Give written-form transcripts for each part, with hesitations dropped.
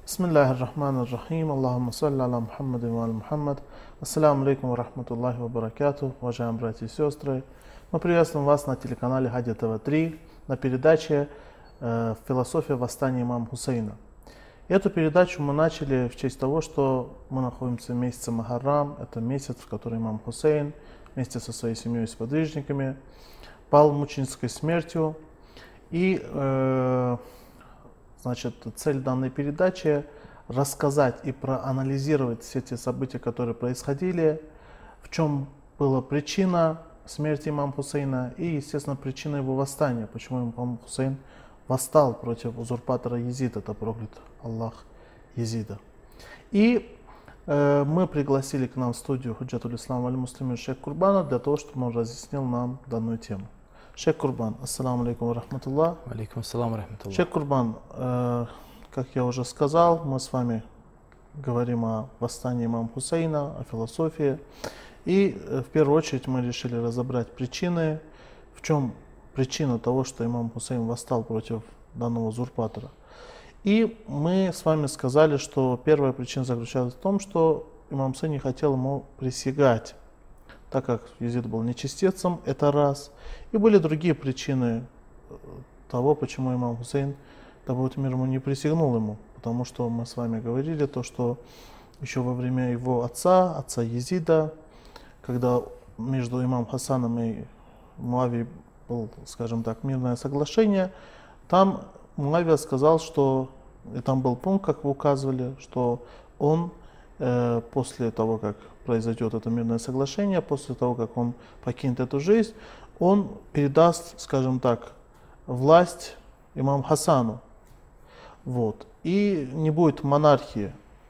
Бисмиллахи рахмани рахим. Аллахумма салли аля Мухаммади ва аля Мухаммад. Ассаляму алейкум ва рахматуллахи ва баракату. Уважаемые братья и сестры, мы приветствуем вас на телеканале Хади ТВ3 на передаче «Философия восстания имама Хусейна». Эту передачу мы начали в честь того, что мы находимся в месяце Мухаррам. Это месяц, в который имам Хусейн вместе со своей семьей и сподвижниками пал мученической смертью. И цель данной передачи – рассказать и проанализировать все те события, которые происходили, в чем была причина смерти имама Хусейна и, естественно, причина его восстания, почему имам Хусейн восстал против узурпатора Езида, это проклят Аллах Езида. И мы пригласили к нам в студию Худжатуль Ислам валь Муслимин Шейх Курбана для того, чтобы он разъяснил нам данную тему. Шейх Курбан, ассаламу алейкум ва рахматуллах. Алейкум ассалам ва рахматуллах. Шейх Курбан, как я уже сказал, мы с вами говорим о восстании имама Хусейна, о философии. И в первую очередь мы решили разобрать причины, в чем причина того, что имам Хусейн восстал против данного узурпатора. И мы с вами сказали, что первая причина заключалась в том, что имам Хусейн не хотел ему присягать, так как Езид был нечестивцем, это раз. И были другие причины того, почему имам Хусейн, да будет мир ему, не присягнул ему. Потому что мы с вами говорили, то, что еще во время его отца Езида, когда между имамом Хасаном и Муавией было, скажем так, мирное соглашение, там Муавия сказал, что, и там был пункт, как вы указывали, что он после того, как произойдет это мирное соглашение, после того, как он покинет эту жизнь, он передаст, скажем так, власть имаму Хасану. Вот. И не будет монархии,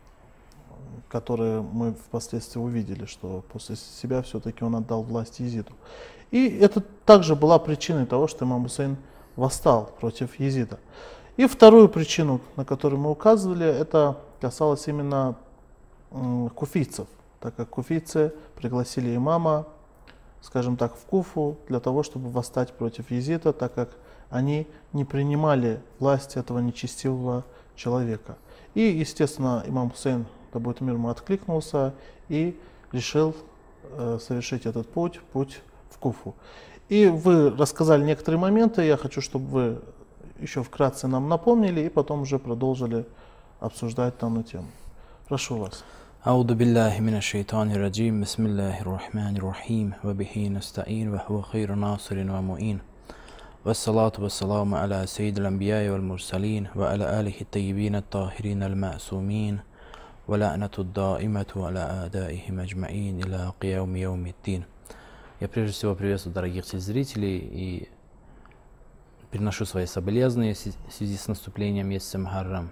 которую мы впоследствии увидели, что после себя все-таки он отдал власть Езиду. И это также была причиной того, что имам Хусейн восстал против Езида. И вторую причину, на которую мы указывали, это касалось именно куфийцев, так как куфийцы пригласили имама, скажем так, в Куфу для того, чтобы восстать против Езида, так как они не принимали власть этого нечестивого человека. И, естественно, имам Хусейн, да будет мир ему, откликнулся и решил совершить этот путь в Куфу. И вы рассказали некоторые моменты, я хочу, чтобы вы еще вкратце нам напомнили и потом уже продолжили обсуждать данную тему. Прошу вас. Ауду биллахи минаш шайтанир раджим. Бисмиллахир рахманир рахим. Ва бихи настаин ва хува хайру насирин ва муин. Вассалату вассаламу аля саййидил анбияи валь мурсалин ва аля алихи таyyибин ат-тахирин аль-ма'сумин ва ла'нату даимату аля адаихим аджмаин иля қияуми яумиддин. Я прежде всего приветствую дорогих телезрителей и приношу свои соболезнования в связи с наступлением месяца Мухаррам.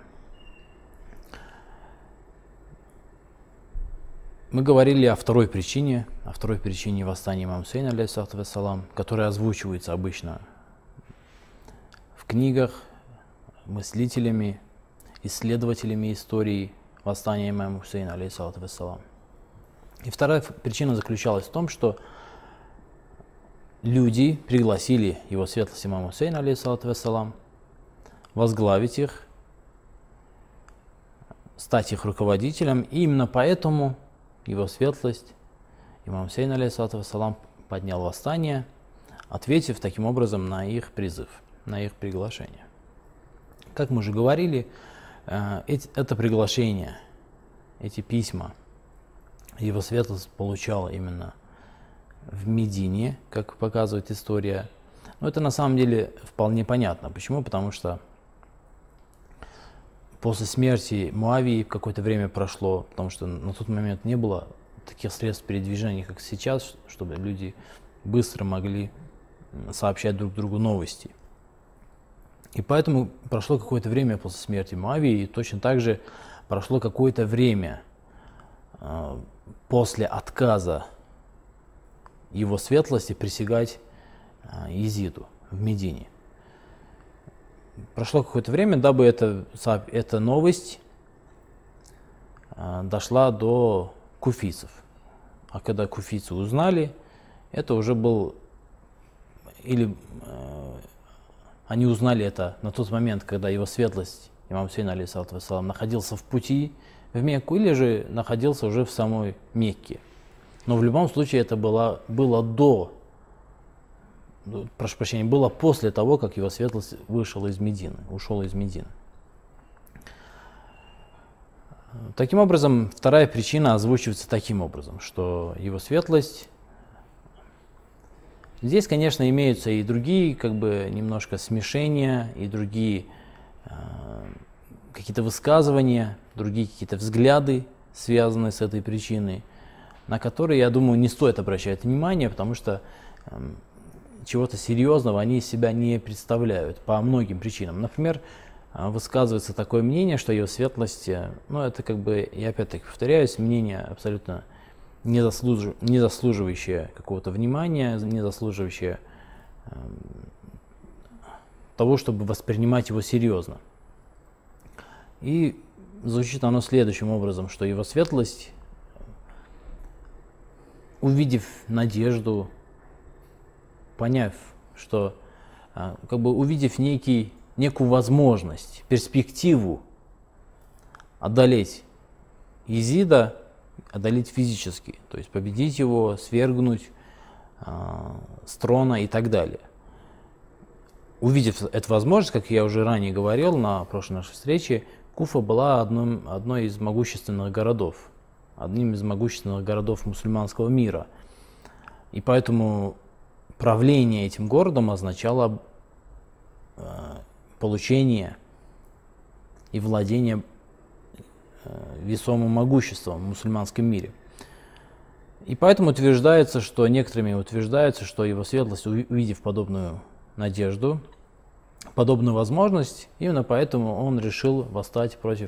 Мы говорили о второй причине восстания имама Хусейна, алейхиссалату вассалам, которая озвучивается обычно в книгах мыслителями, исследователями истории восстания имама Хусейна, алейхиссалату вассалам. И вторая причина заключалась в том, что люди пригласили его светлость имама Хусейна, алейхиссалату вассалам, возглавить их, стать их руководителем, и именно поэтому его светлость имам Хусейн, алейхиссалату вассалам, поднял восстание, ответив таким образом на их призыв, на их приглашение. Как мы уже говорили, это приглашение, эти письма его светлость получала именно в Медине, как показывает история. Но это на самом деле вполне понятно. Почему? Потому что после смерти Муавии какое-то время прошло, потому что на тот момент не было таких средств передвижения, как сейчас, чтобы люди быстро могли сообщать друг другу новости. И поэтому прошло какое-то время после смерти Муавии, и точно так же прошло какое-то время после отказа его светлости присягать Езиду в Медине. Прошло какое-то время, дабы эта новость дошла до куфийцев. А когда куфийцы узнали, это уже был, или они узнали это на тот момент, когда его светлость имам Хусейн, алейхиссалату вассалам, находился в пути в Мекку или же находился уже в самой Мекке. Но в любом случае это было после того, как его светлость ушел из Медины. Таким образом, вторая причина озвучивается таким образом, что его светлость... Здесь, конечно, имеются и другие, немножко смешения, и другие какие-то высказывания, другие какие-то взгляды, связанные с этой причиной, на которые, я думаю, не стоит обращать внимание, потому что чего-то серьезного они из себя не представляют по многим причинам. Например, высказывается такое мнение, что его светлость, это я опять-таки повторяюсь, мнение абсолютно не заслуживающее какого-то внимания, не заслуживающее того, чтобы воспринимать его серьезно. И звучит оно следующим образом, что его светлость, увидев надежду, поняв, что, увидев некую возможность, перспективу одолеть Езида, одолеть физически, то есть победить его, свергнуть с трона и так далее. Увидев эту возможность, как я уже ранее говорил на прошлой нашей встрече, Куфа была одним из могущественных городов мусульманского мира. И поэтому правление этим городом означало получение и владение весомым могуществом в мусульманском мире. И поэтому некоторыми утверждается, что его светлость, увидев подобную надежду, подобную возможность, именно поэтому он решил восстать против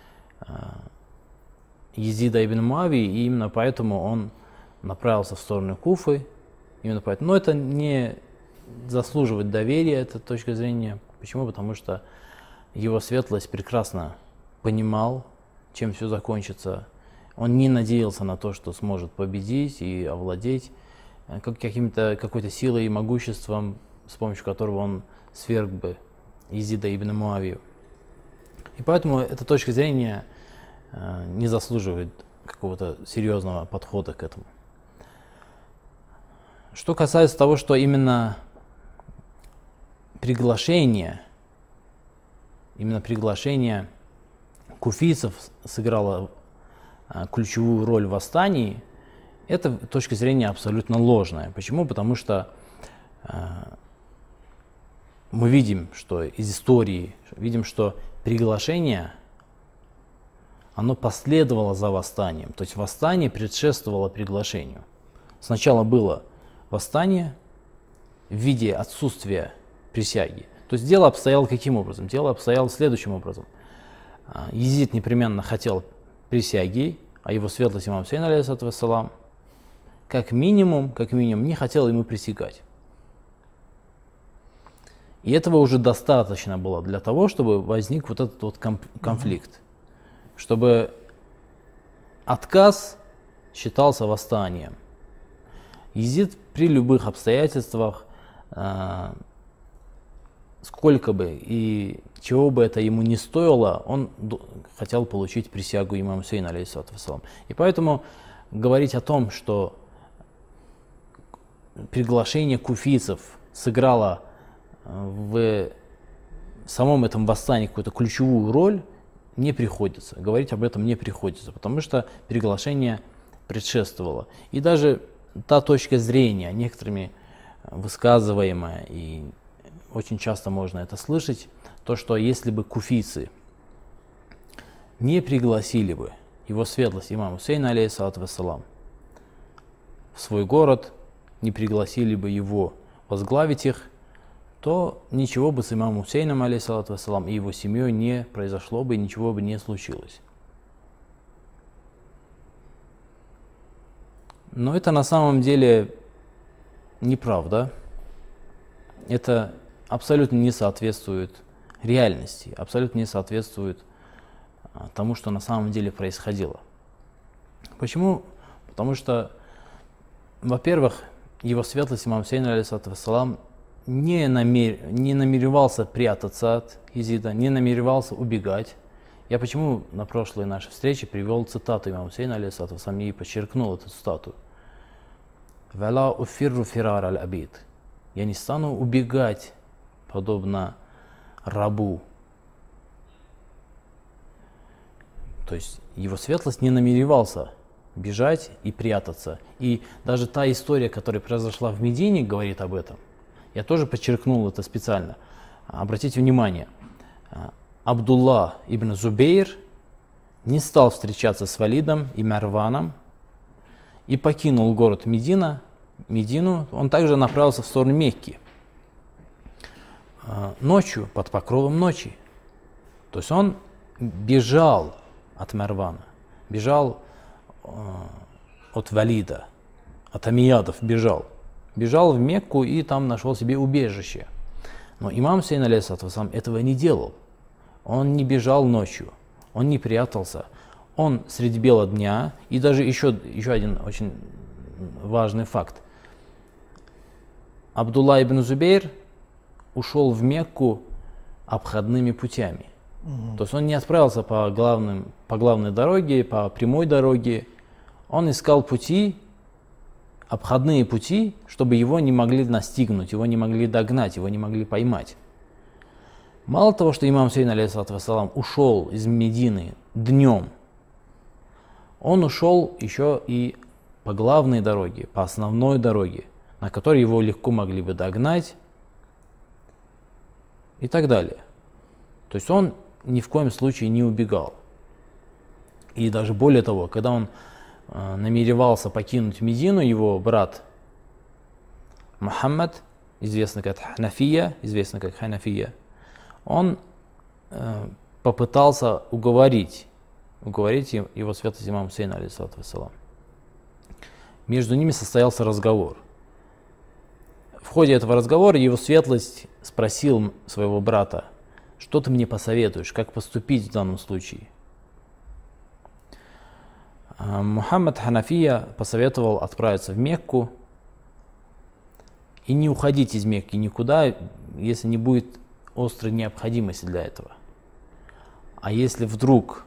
Езида ибн Муавии, и именно поэтому он направился в сторону Куфы. Но это не заслуживает доверия, эта точка зрения. Почему? Потому что его светлость прекрасно понимал, чем все закончится. Он не надеялся на то, что сможет победить и овладеть какой-то силой и могуществом, с помощью которого он сверг бы Езида ибн Муавию. И поэтому эта точка зрения не заслуживает какого-то серьезного подхода к этому. Что касается того, что именно приглашение куфийцев сыграло ключевую роль в восстании, эта точка зрения абсолютно ложная. Почему? Потому что мы видим, что из истории, что приглашение, оно последовало за восстанием. То есть восстание предшествовало приглашению. Сначала было восстание в виде отсутствия присяги. То есть дело обстояло каким образом? Дело обстояло следующим образом. Езид непременно хотел присяги, а его светлость имам Хусейн, алейхиссалату вассалам, как минимум, не хотел ему присягать. И этого уже достаточно было для того, чтобы возник вот этот вот конфликт. Чтобы отказ считался восстанием. Езид при любых обстоятельствах, сколько бы и чего бы это ему не стоило, он хотел получить присягу имама Хусейна, алейхиссалату вассалам. И поэтому говорить о том, что приглашение куфийцев сыграло в самом этом восстании какую-то ключевую роль, не приходится. Говорить об этом не приходится, потому что приглашение предшествовало. И даже та точка зрения, некоторыми высказываемая, и очень часто можно это слышать, то, что если бы куфийцы не пригласили бы его светлость имама Хусейна, алейхиссалату вассалам, в свой город, не пригласили бы его возглавить их, то ничего бы с имамом Хусейном, алейхиссалату вассалам, и его семьей не произошло бы, ничего бы не случилось. Но это на самом деле неправда. Это абсолютно не соответствует реальности, абсолютно не соответствует тому, что на самом деле происходило. Почему? Потому что, во-первых, его светлость имам Хусейн, алейхиссалату вассалам, не намеревался прятаться от Езида, не намеревался убегать. Я почему на прошлой нашей встрече привел цитату имама Хусейна, алейхиссалату вассалам, и подчеркнул эту цитату. «Вала уфирру фирар аль-абид». Я не стану убегать, подобно рабу. То есть его светлость не намеревался бежать и прятаться. И даже та история, которая произошла в Медине, говорит об этом. Я тоже подчеркнул это специально. Обратите внимание, Абдулла ибн Зубейр не стал встречаться с Валидом и Марваном и покинул город Медину. Он также направился в сторону Мекки ночью, под покровом ночи. То есть он бежал от Марвана, бежал от Валида, от амиядов бежал в Мекку и там нашел себе убежище. Но имам Хусейн, алейхиссалату вассалам, этого не делал. Он не бежал ночью, он не прятался. Он среди бела дня, и даже еще один очень важный факт. Абдулла ибн Зубейр ушел в Мекку обходными путями. То есть он не отправился по главной дороге, по прямой дороге. Он искал пути, обходные пути, чтобы его не могли настигнуть, его не могли догнать, его не могли поймать. Мало того, что имам Хусейн, алейхиссалату вассалам, ушел из Медины днем, он ушел еще и по главной дороге, по основной дороге, на которой его легко могли бы догнать и так далее. То есть он ни в коем случае не убегал. И даже более того, когда он намеревался покинуть Медину, его брат Мухаммад, известный как Ханафия, он попытался уговорить его светлость имама Хусейна, алейхиссалату вассалам. Между ними состоялся разговор. В ходе этого разговора его светлость спросил своего брата: что ты мне посоветуешь, как поступить в данном случае? Мухаммад Ханафия посоветовал отправиться в Мекку и не уходить из Мекки никуда, если не будет острой необходимости для этого. А если вдруг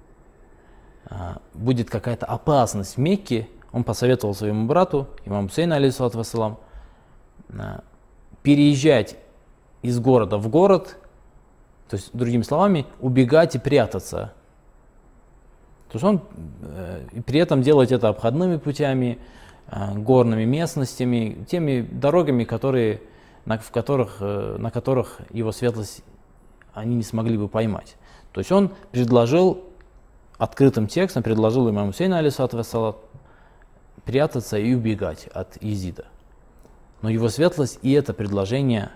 будет какая-то опасность в Мекке, он посоветовал своему брату, имаму Хусейну, алейхиссалату вассалам, переезжать из города в город, то есть, другими словами, убегать и прятаться. То есть он при этом делать это обходными путями, горными местностями, теми дорогами, на которых его светлость они не смогли бы поймать. То есть он предложил открытым текстом, предложил имаму Хусейну, алейхиссалату вассалам, прятаться и убегать от Езида. Но его светлость и это предложение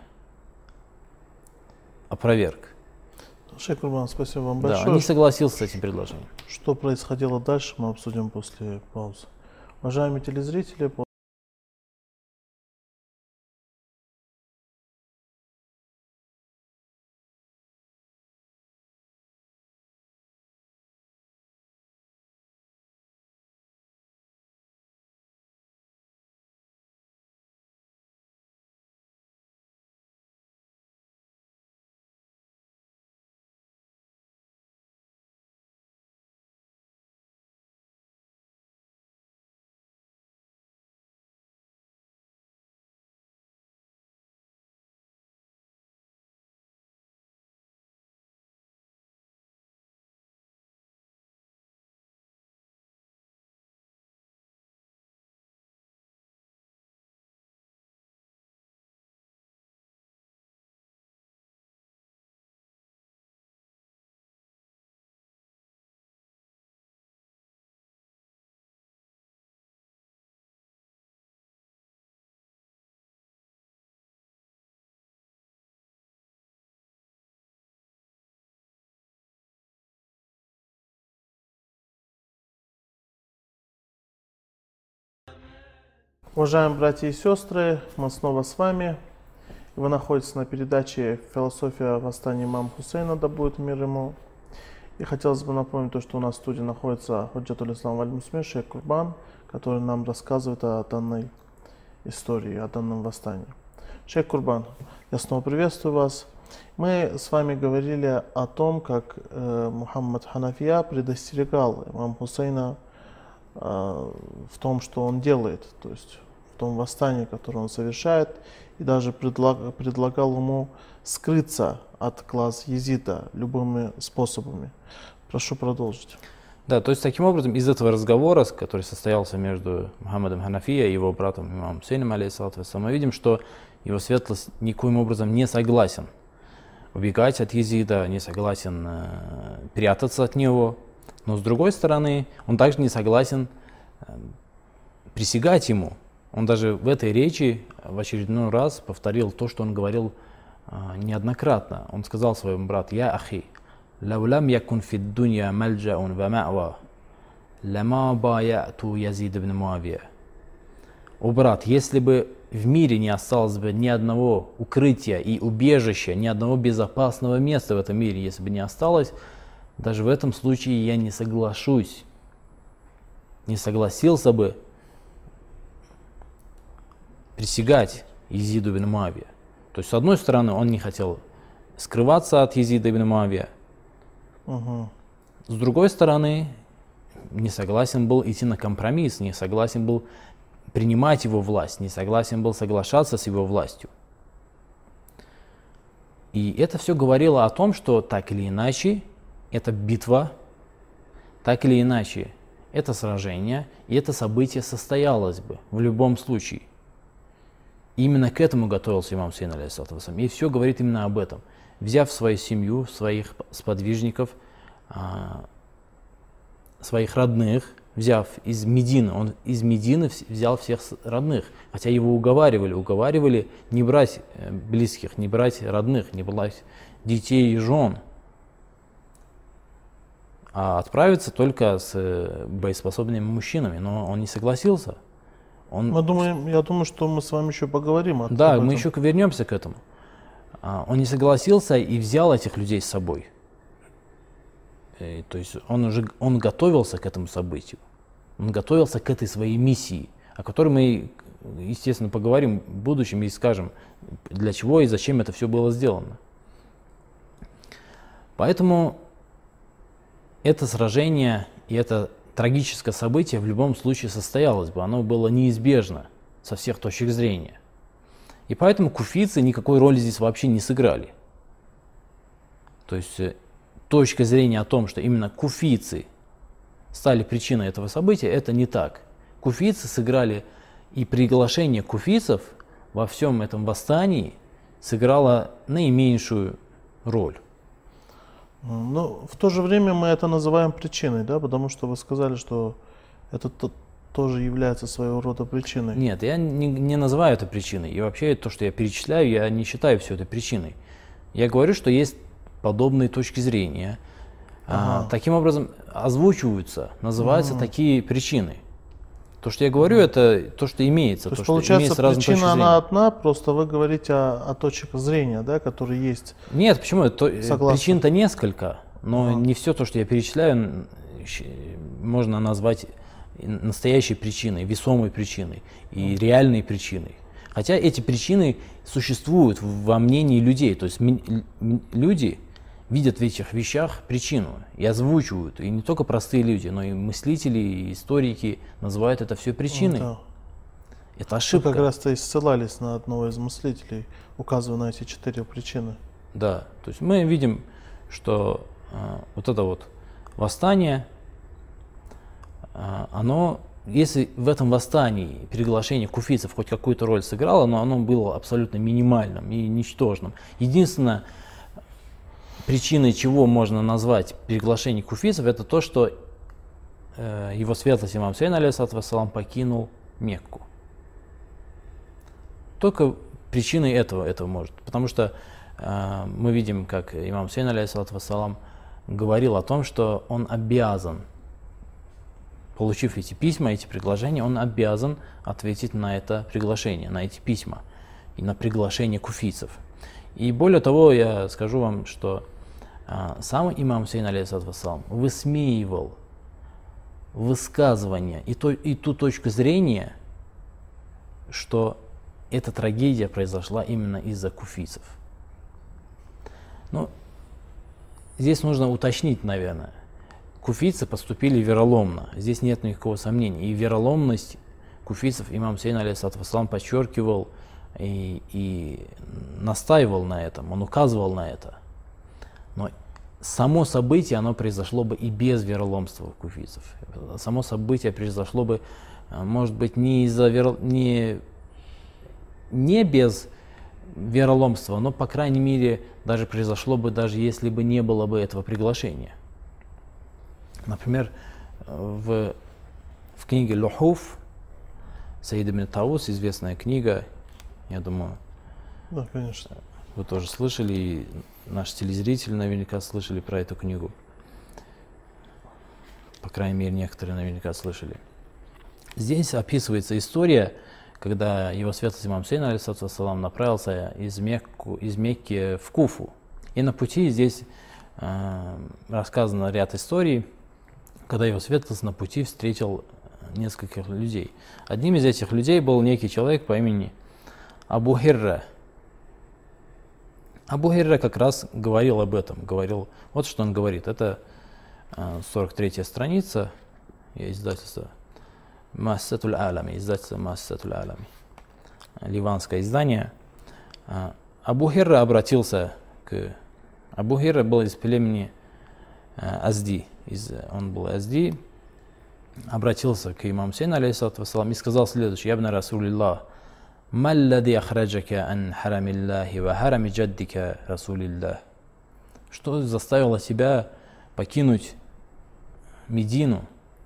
опроверг. Шейх Курбан, спасибо вам большое. Да, он не согласился с этим предложением. Что происходило дальше, мы обсудим после паузы. Уважаемые телезрители, уважаемые братья и сестры, мы снова с вами. Вы находитесь на передаче «Философия восстания имама Хусейна, да будет мир ему». И хотелось бы напомнить, что у нас в студии находится Худжатуль Ислам валь Мусмин Шейх Курбан, который нам рассказывает о данной истории, о данном восстании. Шейх Курбан, я снова приветствую вас. Мы с вами говорили о том, как Мухаммад Ханафия предостерегал имама Хусейна в том, что он делает, то есть в том восстании, которое он совершает, и даже предлагал ему скрыться от глаз Езида любыми способами. Прошу продолжить. Да, то есть таким образом из этого разговора, который состоялся между Мухаммадом Ханафия и его братом имамом Хусейном, алейхиссалату вассалам, мы видим, что его светлость никоим образом не согласен убегать от Езида, не согласен прятаться от него. Но с другой стороны, он также не согласен присягать ему. Он даже в этой речи в очередной раз повторил то, что он говорил неоднократно. Он сказал своему брату: «Я ахи, лаулам якун фид дунья мальджаун ва ма'ва, лама баяту Язид ибн Муавия». О брат, если бы в мире не осталось бы ни одного укрытия и убежища, ни одного безопасного места в этом мире, если бы не осталось, даже в этом случае я не соглашусь, не согласился бы присягать Езиду ибн Муавия. То есть, с одной стороны, он не хотел скрываться от Езида ибн Муавия, с другой стороны, не согласен был идти на компромисс, не согласен был принимать его власть, не согласен был соглашаться с его властью. И это все говорило о том, что так или иначе, эта битва, так или иначе, это сражение и это событие состоялось бы в любом случае. Именно к этому готовился имам Хусейн, алейхиссалату вассалам. И все говорит именно об этом. Взяв свою семью, своих сподвижников, своих родных, взяв из Медины, он из Медины взял всех родных, хотя его уговаривали не брать близких, не брать родных, не брать детей и жен, а отправиться только с боеспособными мужчинами, но он не согласился. Я думаю, что мы с вами еще поговорим. Да, мы еще вернемся к этому. Он не согласился и взял этих людей с собой. То есть он готовился к этому событию, он готовился к этой своей миссии, о которой мы, естественно, поговорим в будущем и скажем, для чего и зачем это все было сделано. Поэтому это сражение и это трагическое событие в любом случае состоялось бы, оно было неизбежно со всех точек зрения. И поэтому куфийцы никакой роли здесь вообще не сыграли. То есть точка зрения о том, что именно куфийцы стали причиной этого события, это не так. Куфийцы сыграли, и приглашение куфийцев во всем этом восстании сыграло наименьшую роль. Но в то же время мы это называем причиной, да, потому что вы сказали, что это тоже является своего рода причиной. Нет, я не называю это причиной. И вообще то, что я перечисляю, я не считаю все это причиной. Я говорю, что есть подобные точки зрения. Таким образом озвучиваются, называются такие причины. То, что я говорю, это то, что имеется. То есть, получается, причина она одна, просто вы говорите о точках зрения, да, которые есть. Нет, почему? Причин-то несколько, но не все то, что я перечисляю, можно назвать настоящей причиной, весомой причиной и реальной причиной. Хотя эти причины существуют во мнении людей. То есть люди видят в этих вещах причину и озвучивают. И не только простые люди, но и мыслители, и историки называют это все причиной. Да. Это ошибка. Вы как раз-то и ссылались на одного из мыслителей, указывая на эти 4 причины. Да, то есть мы видим, что вот это вот восстание, оно, если в этом восстании приглашение куфийцев хоть какую-то роль сыграло, но оно было абсолютно минимальным и ничтожным. Единственное, причиной чего можно назвать приглашение куфийцев, это то, что его светлость имам Хусейн, алейхиссалату вассалам, покинул Мекку. Только причиной этого может. Потому что мы видим, как имам Хусейн, алейхиссалату вассалам, говорил о том, что он обязан, получив эти письма, эти приглашения, он обязан ответить на это приглашение, на эти письма и на приглашение куфийцев. И более того, я скажу вам, что сам имам Хусейн, алейхиссалату вассалам, высмеивал высказывания и ту точку зрения, что эта трагедия произошла именно из-за куфийцев. Ну, здесь нужно уточнить, наверное. Куфийцы поступили вероломно, здесь нет никакого сомнения. И вероломность куфийцев имам Хусейн, алейхиссалату вассалам, подчеркивал и настаивал на этом, он указывал на это. Но само событие, оно произошло бы и без вероломства куфийцев. Само событие произошло бы, может быть, не без вероломства, но, по крайней мере, даже произошло бы, даже если бы не было бы этого приглашения. Например, в книге «Лухуф» Саид ибн Таус, известная книга, я думаю, да, конечно, вы тоже слышали, и наши телезрители наверняка слышали про эту книгу. По крайней мере, некоторые наверняка слышали. Здесь описывается история, когда его светлость имам Хусейн, алейхиссалату вассалам, направился из Мекки в Куфу. И на пути здесь рассказано ряд историй, когда его светлость на пути встретил нескольких людей. Одним из этих людей был некий человек по имени Абу Хирра. Абу Хирра как раз говорил об этом, вот что он говорит. Это 43-я страница издательства Муассасатуль Алами, издательство Муассасатуль Алами, ливанское издание. Абу Хирра обратился к... Абу Хирра был из племени Азди, он был Азди, обратился к имаму Хусейну, алейхиссалату вассалам, и сказал следующее: «Ябна Расулиллах, маллади ахраджака ан харамиллахи ва харами джаддика Расулиллах». Что заставило тебя покинуть Медину?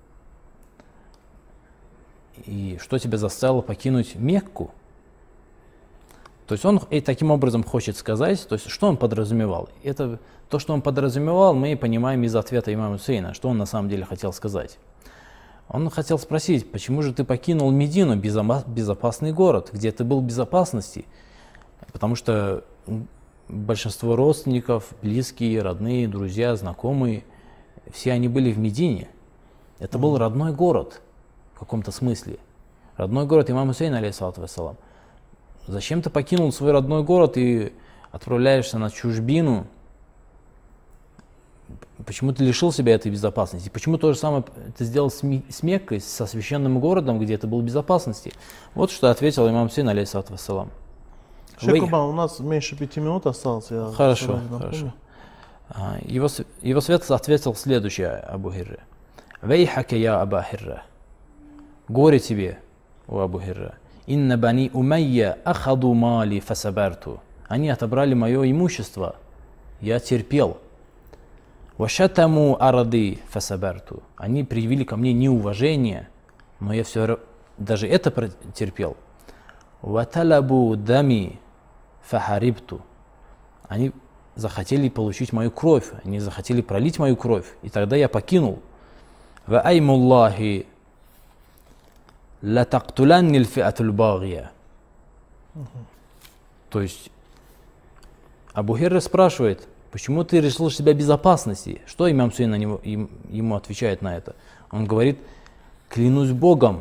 И что тебя заставило покинуть Мекку? То есть он и таким образом хочет сказать, то есть что он подразумевал? Это то, что он подразумевал, мы понимаем из ответа имама Хусейна, что он на самом деле хотел сказать. Он хотел спросить, почему же ты покинул Медину, безопасный город, где ты был в безопасности? Потому что большинство родственников, близкие, родные, друзья, знакомые, все они были в Медине. Это был родной город в каком-то смысле. Родной город имама Хусейна, алейхиссалату вассалам. Зачем ты покинул свой родной город и отправляешься на чужбину? Почему ты лишил себя этой безопасности? Почему то же самое ты сделал с Меккой, со священным городом, где ты был в безопасности? Вот что ответил имам Хусейн, алейхиссалату вассалам. Шейх Кубан, у нас меньше 5 минут осталось. Хорошо. Его светлость ответил следующее Абу Хирре. «Вейхака я Аба Хирра». Горе тебе, о Абу Хирра. «Инна бани умайя ахаду мали фасабарту». Они отобрали мое имущество, я терпел. «Вашатаму арады фасабарту». Они привели ко мне неуважение, но я все даже это терпел. «Ваталабу дами фахарибту». Они захотели получить мою кровь, они захотели пролить мою кровь, и тогда я покинул. «Ва аймуллахи ла тактуланни льфиатуль багия». То есть Абу Хирра спрашивает, почему ты решил себя в безопасности? Что имам Хусейн ему отвечает на это? Он говорит: клянусь Богом,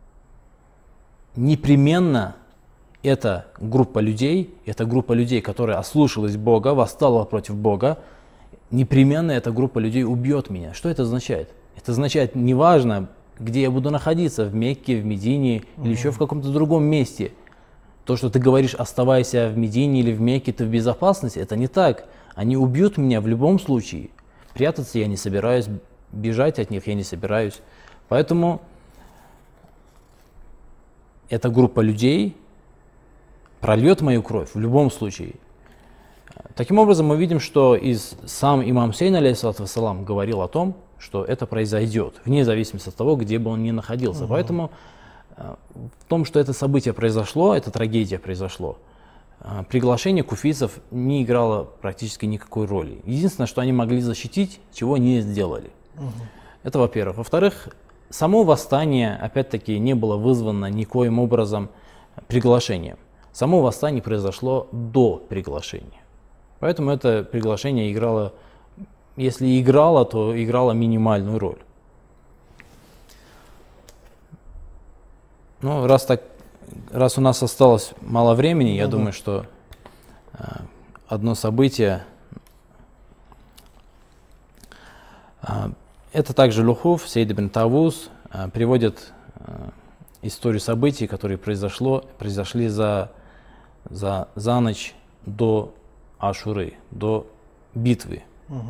непременно эта группа людей, которая ослушалась Бога, восстала против Бога, непременно эта группа людей убьет меня. Что это означает? Это означает, неважно, где я буду находиться, в Мекке, в Медине или еще в каком-то другом месте. То, что ты говоришь, оставайся в Медине или в Мекке, ты в безопасности, это не так. Они убьют меня в любом случае. Прятаться я не собираюсь, бежать от них я не собираюсь. Поэтому эта группа людей прольет мою кровь в любом случае. Таким образом, мы видим, что сам имам Хусейн, алейхиссалату вассалам, говорил о том, что это произойдет, вне зависимости от того, где бы он ни находился. Поэтому в том, что это событие произошло, эта трагедия произошло, приглашение куфийцев не играло практически никакой роли. Единственное, что они могли защитить, чего не сделали. Это во-первых. Во-вторых, само восстание, опять-таки, не было вызвано никоим образом приглашением. Само восстание произошло до приглашения. Поэтому это приглашение играло, если играло, то играло минимальную роль. Ну, раз так раз у нас осталось мало времени, я думаю, что одно событие, это также Лухуф, Сейд ибн Тавус, приводит историю событий, которые произошли за ночь до Ашуры, до битвы.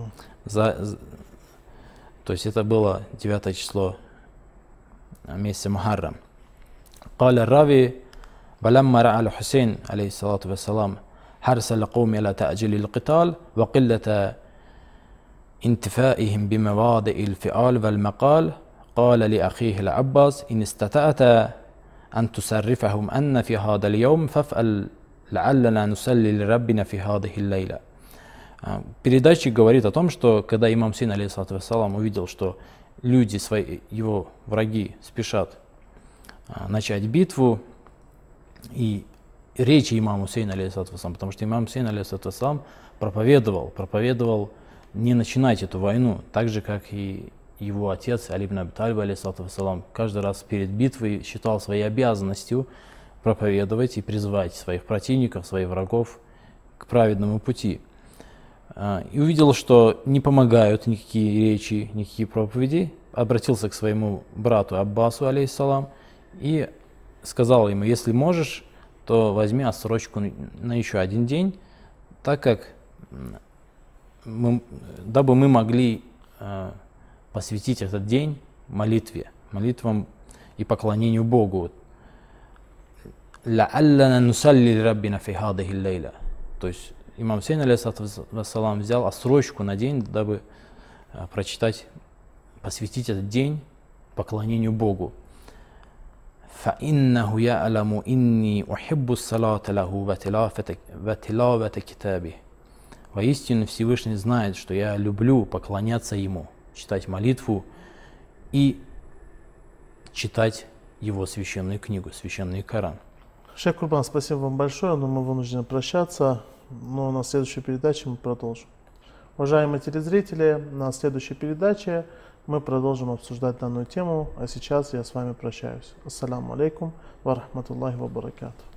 То есть это было 9 число месяца Мухаррам. قال الراوي فلما رأى الحسين عليه الصلاة والسلام حرص القوم على تأجيل القتال وقلة انتفائهم بمواضع الفعال والمقال قال لأخيه العباس إن استطعت أن تصرفهم أن في هذا اليوم فافعل لعلنا نصلي لربنا في هذه الليلة. Передатчик говорит о том, что когда имам Хусейн, алейхиссалату вассалам, увидел, что люди, его враги, спешат начать битву, и речи имама Хусейна, алейхиссалату вассалам, потому что имам Хусейн, алейхиссалату вассалам, проповедовал, не начинать эту войну, так же, как и его отец, Али ибн Аби Талиб, алейхиссалату вассалам, каждый раз перед битвой считал своей обязанностью проповедовать и призывать своих противников, своих врагов к праведному пути. И увидел, что не помогают никакие речи, никакие проповеди, обратился к своему брату Аббасу, алейхиссалам, и сказал ему: если можешь, то возьми отсрочку на еще один день, так как дабы мы могли посвятить этот день молитвам и поклонению Богу. لعلنا نصلي لربنا في هذه الليلة. То есть имам Хусейн, алейхиссалату вассалам, взял отсрочку на день, дабы посвятить этот день поклонению Богу. فإنه يعلم إني أحب الصلاة له وتلاوة كتابه. Воистину Всевышний знает, что я люблю поклоняться Ему, читать молитву и читать Его священную книгу, священный Коран. Шейх Курбан, спасибо вам большое, но мы вынуждены прощаться, но на следующей передаче мы продолжим. Уважаемые телезрители, на следующей передаче мы продолжим обсуждать данную тему, а сейчас я с вами прощаюсь. Ассаламу алейкум ва рахматуллахи ва баракатух.